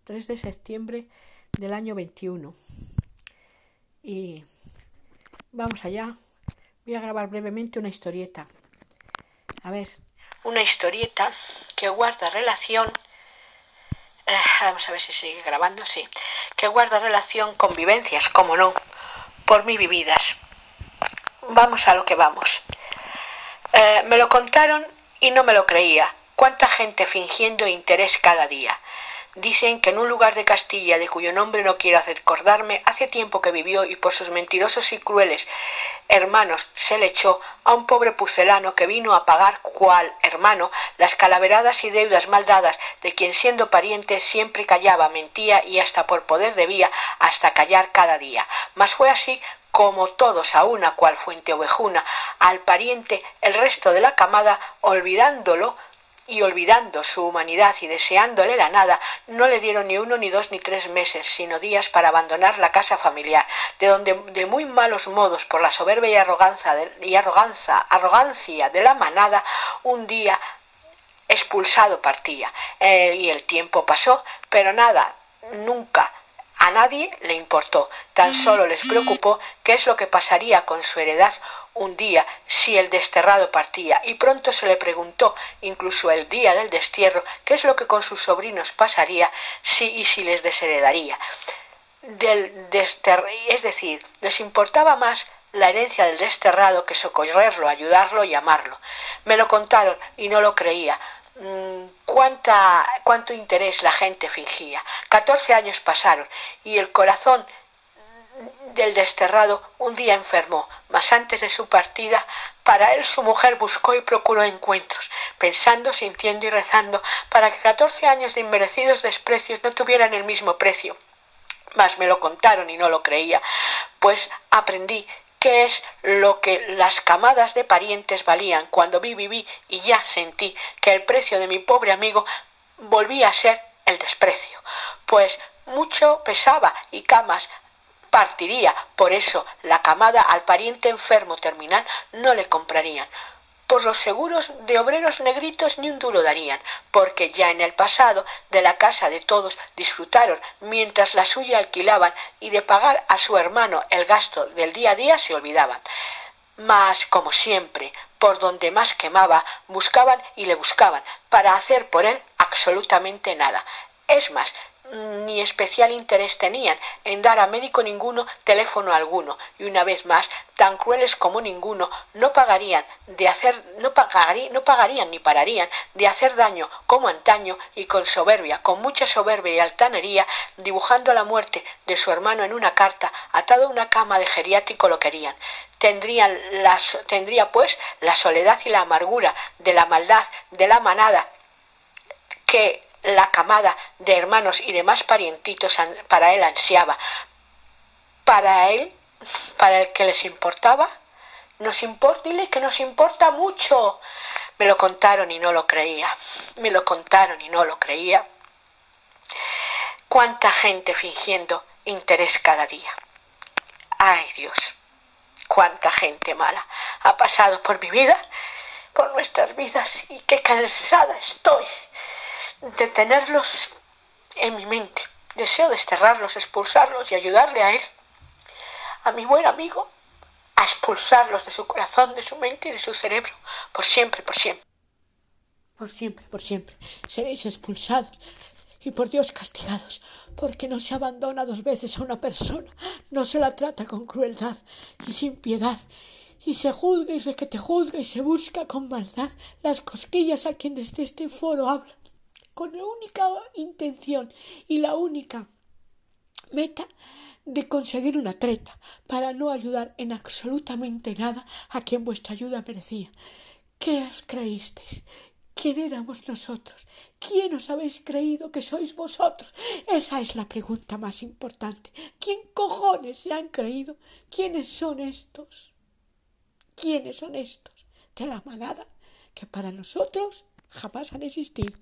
3 de septiembre del año 21. Y vamos allá. Voy a grabar brevemente una historieta. Una historieta que guarda relación... vamos a ver si sigue grabando, sí. Que guarda relación con vivencias, como no, por mí vividas. Vamos a lo que vamos. Me lo contaron y no me lo creía. Cuánta gente fingiendo interés cada día. Dicen que en un lugar de Castilla, de cuyo nombre no quiero acordarme, hace tiempo que vivió y por sus mentirosos y crueles hermanos se le echó a un pobre pucelano que vino a pagar cual hermano las calaveradas y deudas mal dadas de quien siendo pariente siempre callaba, mentía y hasta por poder debía hasta callar cada día. Mas fue así como todos a una cual fuente ovejuna, al pariente el resto de la camada, olvidándolo y olvidando su humanidad y deseándole la nada, no le dieron ni 1, ni 2, ni 3 meses, sino días para abandonar la casa familiar, de donde de muy malos modos, por la soberbia y arrogancia de la manada, un día expulsado partía. Y el tiempo pasó, pero nada, nunca a nadie le importó, tan solo les preocupó qué es lo que pasaría con su heredad un día si el desterrado partía, y pronto se le preguntó, incluso el día del destierro, qué es lo que con sus sobrinos pasaría si les desheredaría. Es decir, les importaba más la herencia del desterrado que socorrerlo, ayudarlo y amarlo. Me lo contaron y no lo creía. Cuánto interés la gente fingía. 14 años pasaron y el corazón del desterrado un día enfermó, mas antes de su partida para él su mujer buscó y procuró encuentros, pensando, sintiendo y rezando para que 14 años de inmerecidos desprecios no tuvieran el mismo precio. Mas me lo contaron y no lo creía, pues aprendí qué es lo que las camadas de parientes valían cuando viví y ya sentí que el precio de mi pobre amigo volvía a ser el desprecio, pues mucho pesaba y camas partiría. Por eso la camada al pariente enfermo terminal no le comprarían. Por los seguros de obreros negritos ni un duro darían, porque ya en el pasado de la casa de todos disfrutaron mientras la suya alquilaban y de pagar a su hermano el gasto del día a día se olvidaban. Mas, como siempre, por donde más quemaba, buscaban y le buscaban para hacer por él absolutamente nada. Es más, ni especial interés tenían en dar a médico ninguno teléfono alguno, y una vez más, tan crueles como ninguno, no pagarían ni pararían de hacer daño como antaño, y con mucha soberbia y altanería, dibujando la muerte de su hermano en una carta, atado a una cama de geriátrico lo querían. Tendría pues la soledad y la amargura de la maldad de la manada que la camada de hermanos y demás parientitos para él ansiaba. Para el que les importaba, dile que nos importa mucho. Me lo contaron y no lo creía. Cuánta gente fingiendo interés cada día. Ay, Dios, cuánta gente mala ha pasado por mi vida, por nuestras vidas, y qué cansada estoy de tenerlos en mi mente. Deseo desterrarlos, expulsarlos y ayudarle a él, a mi buen amigo, a expulsarlos de su corazón, de su mente y de su cerebro, por siempre, por siempre. Por siempre, por siempre. Seréis expulsados y por Dios castigados, porque no se abandona 2 veces a una persona, no se la trata con crueldad y sin piedad, y se juzga y te juzga y se busca con maldad las cosquillas a quien desde este foro habla, con la única intención y la única meta de conseguir una treta para no ayudar en absolutamente nada a quien vuestra ayuda merecía. ¿Qué os creísteis? ¿Quién éramos nosotros? ¿Quién os habéis creído que sois vosotros? Esa es la pregunta más importante. ¿Quién cojones se han creído? ¿Quiénes son estos? ¿Quiénes son estos de la manada que para nosotros jamás han existido?